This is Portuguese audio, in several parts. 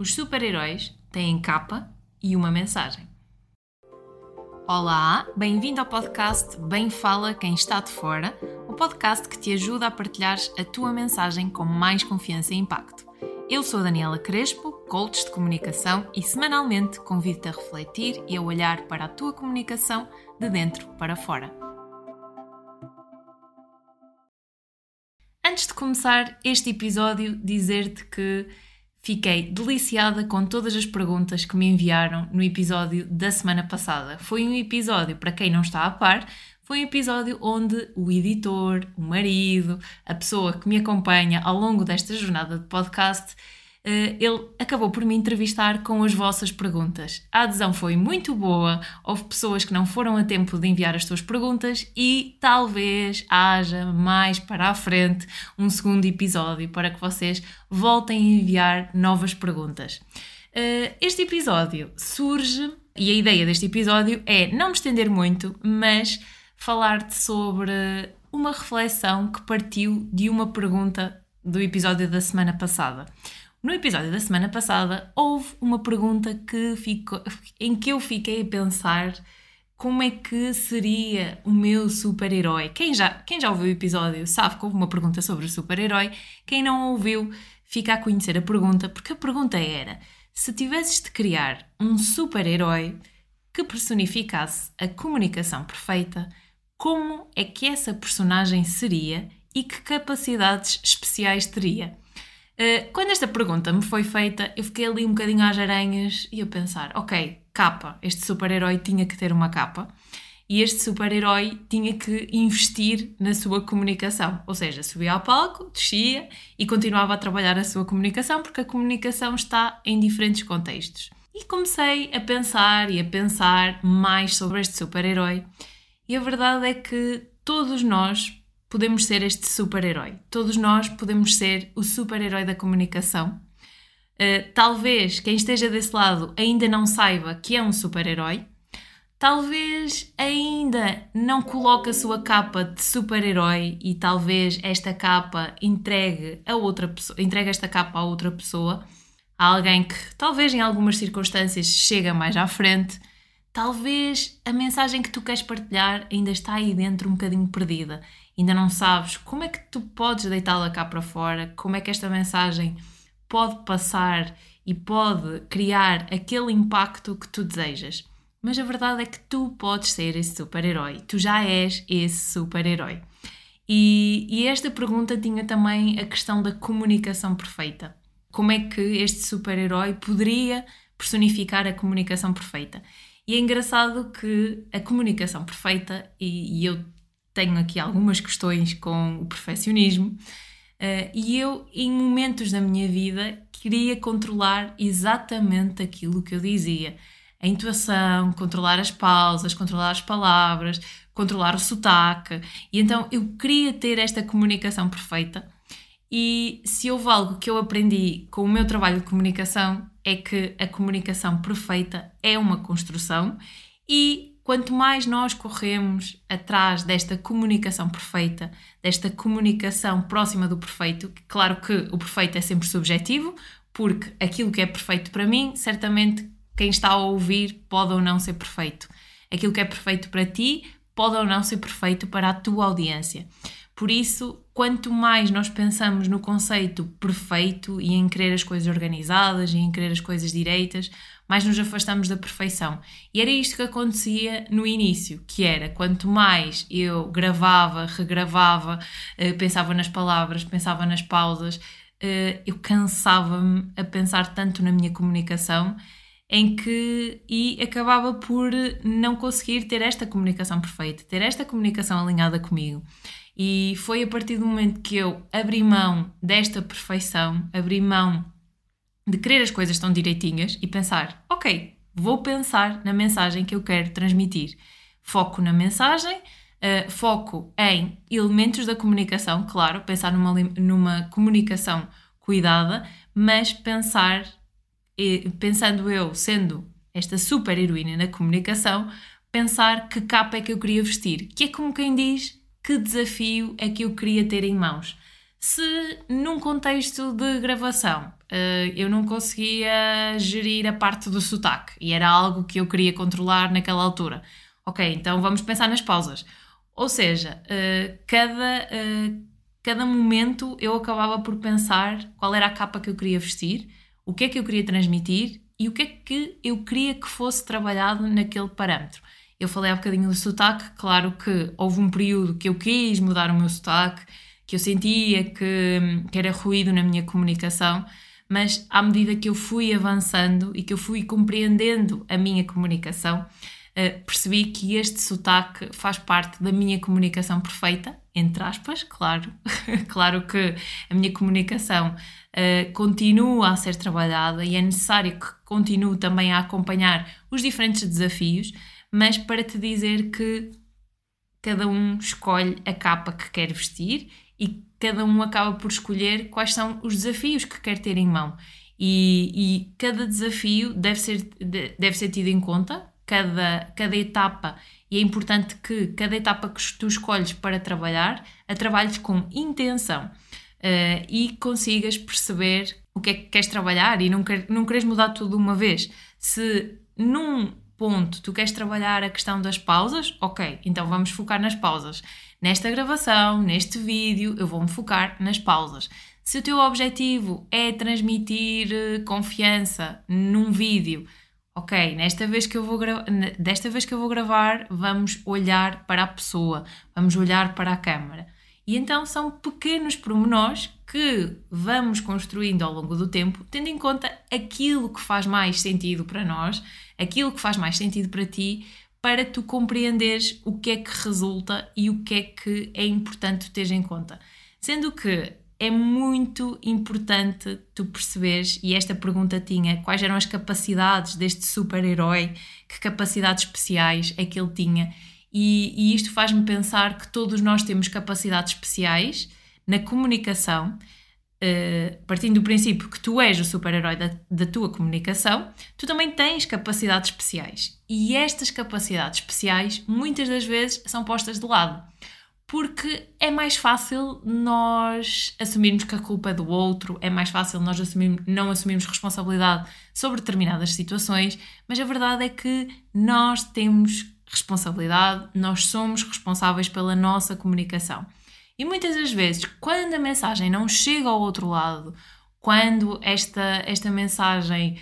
Os super-heróis têm capa e uma mensagem. Olá, bem-vindo ao podcast Bem Fala Quem Está de Fora, o podcast que te ajuda a partilhares a tua mensagem com mais confiança e impacto. Eu sou a Daniela Crespo, coach de comunicação e semanalmente convido-te a refletir e a olhar para a tua comunicação de dentro para fora. Antes de começar este episódio, dizer-te que fiquei deliciada com todas as perguntas que me enviaram no episódio da semana passada. Foi um episódio, para quem não está a par, foi um episódio onde o editor, o marido, a pessoa que me acompanha ao longo desta jornada de podcast, ele acabou por me entrevistar com as vossas perguntas. A adesão foi muito boa, houve pessoas que não foram a tempo de enviar as suas perguntas e talvez haja mais para a frente um segundo episódio para que vocês voltem a enviar novas perguntas. Este episódio surge, e a ideia deste episódio é não me estender muito, mas falar-te sobre uma reflexão que partiu de uma pergunta do episódio da semana passada. No episódio da semana passada houve uma pergunta em que eu fiquei a pensar como é que seria o meu super-herói. Quem já ouviu o episódio sabe que houve uma pergunta sobre o super-herói. Quem não ouviu fica a conhecer a pergunta, porque a pergunta era: se tivesses de criar um super-herói que personificasse a comunicação perfeita, como é que essa personagem seria e que capacidades especiais teria? Quando esta pergunta me foi feita, eu fiquei ali um bocadinho às aranhas e a pensar, ok, capa, este super-herói tinha que ter uma capa e este super-herói tinha que investir na sua comunicação, ou seja, subia ao palco, descia e continuava a trabalhar a sua comunicação, porque a comunicação está em diferentes contextos. E comecei a pensar mais sobre este super-herói e a verdade é que todos nós podemos ser este super-herói. Todos nós podemos ser o super-herói da comunicação. Talvez quem esteja desse lado ainda não saiba que é um super-herói. Talvez ainda não coloque a sua capa de super-herói e talvez esta capa entregue esta capa a outra pessoa, a alguém que talvez em algumas circunstâncias chega mais à frente. Talvez a mensagem que tu queres partilhar ainda está aí dentro um bocadinho perdida. Ainda não sabes como é que tu podes deitá-la cá para fora, como é que esta mensagem pode passar e pode criar aquele impacto que tu desejas. Mas a verdade é que tu podes ser esse super-herói. Tu já és esse super-herói. E esta pergunta tinha também a questão da comunicação perfeita. Como é que este super-herói poderia personificar a comunicação perfeita? E é engraçado que a comunicação perfeita, e eu tenho aqui algumas questões com o perfeccionismo, e eu, em momentos da minha vida, queria controlar exatamente aquilo que eu dizia. A intuação, controlar as pausas, controlar as palavras, controlar o sotaque. E então eu queria ter esta comunicação perfeita. E se houve algo que eu aprendi com o meu trabalho de comunicação, é que a comunicação perfeita é uma construção e quanto mais nós corremos atrás desta comunicação perfeita, desta comunicação próxima do perfeito, claro que o perfeito é sempre subjetivo, porque aquilo que é perfeito para mim, certamente quem está a ouvir pode ou não ser perfeito. Aquilo que é perfeito para ti pode ou não ser perfeito para a tua audiência. Por isso, quanto mais nós pensamos no conceito perfeito e em querer as coisas organizadas e em querer as coisas direitas, mais nos afastamos da perfeição. E era isto que acontecia no início, que era quanto mais eu gravava, regravava, pensava nas palavras, pensava nas pausas, eu cansava-me a pensar tanto na minha comunicação e acabava por não conseguir ter esta comunicação perfeita, ter esta comunicação alinhada comigo. E foi a partir do momento que eu abri mão desta perfeição, abri mão de querer as coisas tão direitinhas e pensar, ok, vou pensar na mensagem que eu quero transmitir. Foco na mensagem, foco em elementos da comunicação, claro, pensar numa comunicação cuidada, mas pensando eu, sendo esta super heroína na comunicação, pensar que capa é que eu queria vestir, que é como quem diz, que desafio é que eu queria ter em mãos. Se num contexto de gravação eu não conseguia gerir a parte do sotaque e era algo que eu queria controlar naquela altura, ok, então vamos pensar nas pausas. Ou seja, cada momento eu acabava por pensar qual era a capa que eu queria vestir, o que é que eu queria transmitir e o que é que eu queria que fosse trabalhado naquele parâmetro. Eu falei há bocadinho do sotaque, claro que houve um período que eu quis mudar o meu sotaque, que eu sentia que era ruído na minha comunicação, mas à medida que eu fui avançando e que eu fui compreendendo a minha comunicação, percebi que este sotaque faz parte da minha comunicação perfeita, entre aspas, claro. Claro que a minha comunicação continua a ser trabalhada e é necessário que continue também a acompanhar os diferentes desafios, mas para te dizer que cada um escolhe a capa que quer vestir e cada um acaba por escolher quais são os desafios que quer ter em mão. E cada desafio deve ser tido em conta, cada etapa, e é importante que cada etapa que tu escolhes para trabalhar, a trabalhes com intenção e consigas perceber o que é que queres trabalhar e não queres mudar tudo de uma vez. Se num ponto tu queres trabalhar a questão das pausas, ok, então vamos focar nas pausas. Nesta gravação, neste vídeo, eu vou-me focar nas pausas. Se o teu objetivo é transmitir confiança num vídeo, ok, desta vez que eu vou gravar, vamos olhar para a pessoa, vamos olhar para a câmara. E então são pequenos pormenores que vamos construindo ao longo do tempo, tendo em conta aquilo que faz mais sentido para nós, aquilo que faz mais sentido para ti, para tu compreenderes o que é que resulta e o que é importante teres em conta. Sendo que é muito importante tu perceberes, e esta pergunta tinha, quais eram as capacidades deste super-herói, que capacidades especiais é que ele tinha, e isto faz-me pensar que todos nós temos capacidades especiais na comunicação, partindo do princípio que tu és o super-herói da tua comunicação, tu também tens capacidades especiais. E estas capacidades especiais, muitas das vezes, são postas de lado. Porque é mais fácil nós assumirmos que a culpa é do outro, é mais fácil nós não assumirmos responsabilidade sobre determinadas situações, mas a verdade é que nós temos responsabilidade, nós somos responsáveis pela nossa comunicação. E muitas das vezes, quando a mensagem não chega ao outro lado, quando esta mensagem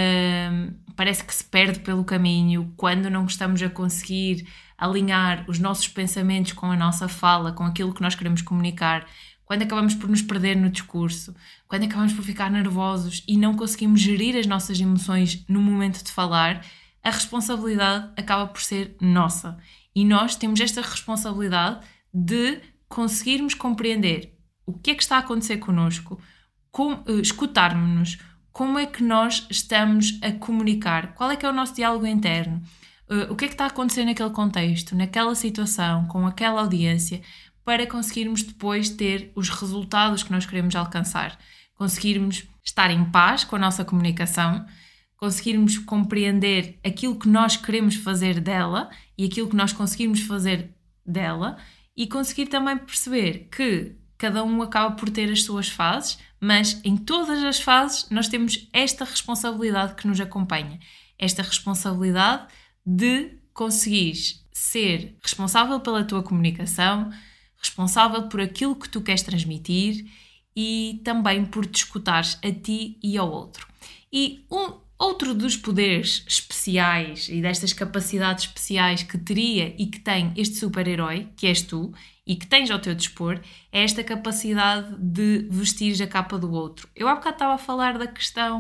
parece que se perde pelo caminho, quando não estamos a conseguir alinhar os nossos pensamentos com a nossa fala, com aquilo que nós queremos comunicar, quando acabamos por nos perder no discurso, quando acabamos por ficar nervosos e não conseguimos gerir as nossas emoções no momento de falar, a responsabilidade acaba por ser nossa. E nós temos esta responsabilidade de conseguirmos compreender o que é que está a acontecer connosco, escutarmos-nos, como é que nós estamos a comunicar, qual é que é o nosso diálogo interno, o que é que está a acontecer naquele contexto, naquela situação, com aquela audiência, para conseguirmos depois ter os resultados que nós queremos alcançar, conseguirmos estar em paz com a nossa comunicação, conseguirmos compreender aquilo que nós queremos fazer dela e aquilo que nós conseguirmos fazer dela e conseguir também perceber que cada um acaba por ter as suas fases, mas em todas as fases nós temos esta responsabilidade que nos acompanha, esta responsabilidade de conseguires ser responsável pela tua comunicação, responsável por aquilo que tu queres transmitir e também por te escutares a ti e ao outro. E outro dos poderes especiais e destas capacidades especiais que teria e que tem este super-herói, que és tu, e que tens ao teu dispor, é esta capacidade de vestir a capa do outro. Eu há bocado estava a falar da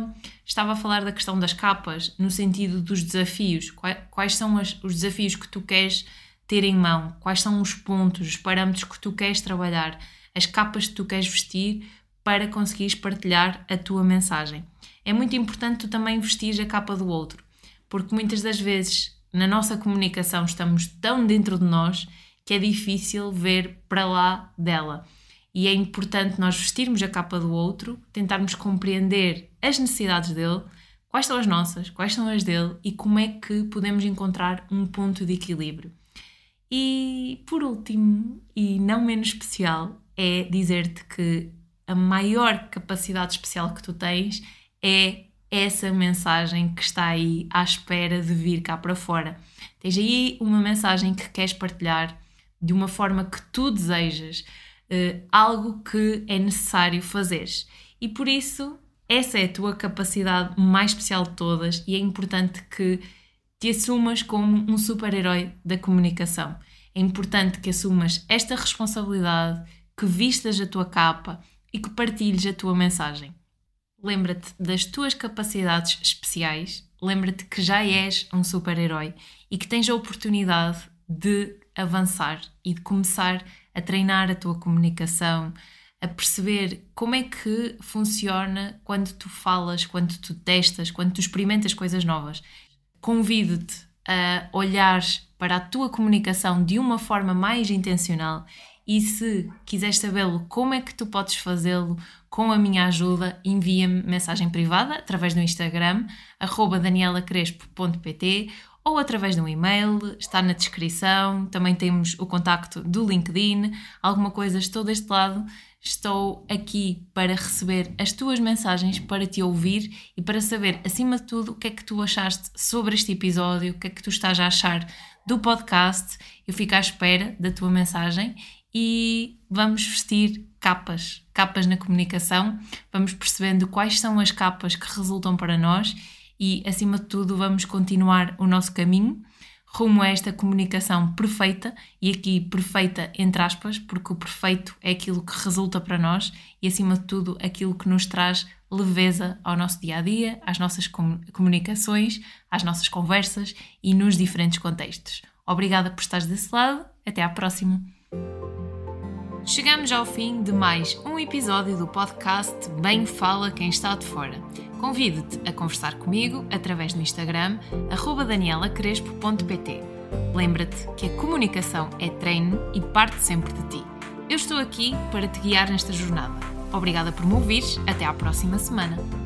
questão das capas, no sentido dos desafios. Quais são os desafios que tu queres ter em mão? Quais são os pontos, os parâmetros que tu queres trabalhar? As capas que tu queres vestir para conseguires partilhar a tua mensagem. É muito importante tu também vestir a capa do outro, porque muitas das vezes na nossa comunicação estamos tão dentro de nós que é difícil ver para lá dela. E é importante nós vestirmos a capa do outro, tentarmos compreender as necessidades dele, quais são as nossas, quais são as dele e como é que podemos encontrar um ponto de equilíbrio. E por último, e não menos especial, é dizer-te que a maior capacidade especial que tu tens é essa mensagem que está aí à espera de vir cá para fora. Tens aí uma mensagem que queres partilhar de uma forma que tu desejas, algo que é necessário fazeres. E por isso, essa é a tua capacidade mais especial de todas e é importante que te assumas como um super-herói da comunicação. É importante que assumas esta responsabilidade, que vistas a tua capa e que partilhes a tua mensagem. Lembra-te das tuas capacidades especiais, lembra-te que já és um super-herói e que tens a oportunidade de avançar e de começar a treinar a tua comunicação, a perceber como é que funciona quando tu falas, quando tu testas, quando tu experimentas coisas novas. Convido-te a olhares para a tua comunicação de uma forma mais intencional e se quiseres sabê-lo, como é que tu podes fazê-lo com a minha ajuda, envia-me mensagem privada através do Instagram, @danielacrespo.pt ou através de um e-mail, está na descrição, também temos o contacto do LinkedIn, alguma coisa, estou deste lado, estou aqui para receber as tuas mensagens, para te ouvir e para saber, acima de tudo, o que é que tu achaste sobre este episódio, o que é que tu estás a achar do podcast. Eu fico à espera da tua mensagem e vamos vestir capas na comunicação, vamos percebendo quais são as capas que resultam para nós e, acima de tudo, vamos continuar o nosso caminho rumo a esta comunicação perfeita, e aqui perfeita entre aspas, porque o perfeito é aquilo que resulta para nós e, acima de tudo, aquilo que nos traz leveza ao nosso dia-a-dia, às nossas comunicações, às nossas conversas e nos diferentes contextos. Obrigada por estares desse lado, até à próxima! Chegamos ao fim de mais um episódio do podcast Bem Fala Quem Está de Fora. Convido-te a conversar comigo através do Instagram, @danielacrespo.pt. Lembra-te que a comunicação é treino e parte sempre de ti. Eu estou aqui para te guiar nesta jornada. Obrigada por me ouvires, até à próxima semana.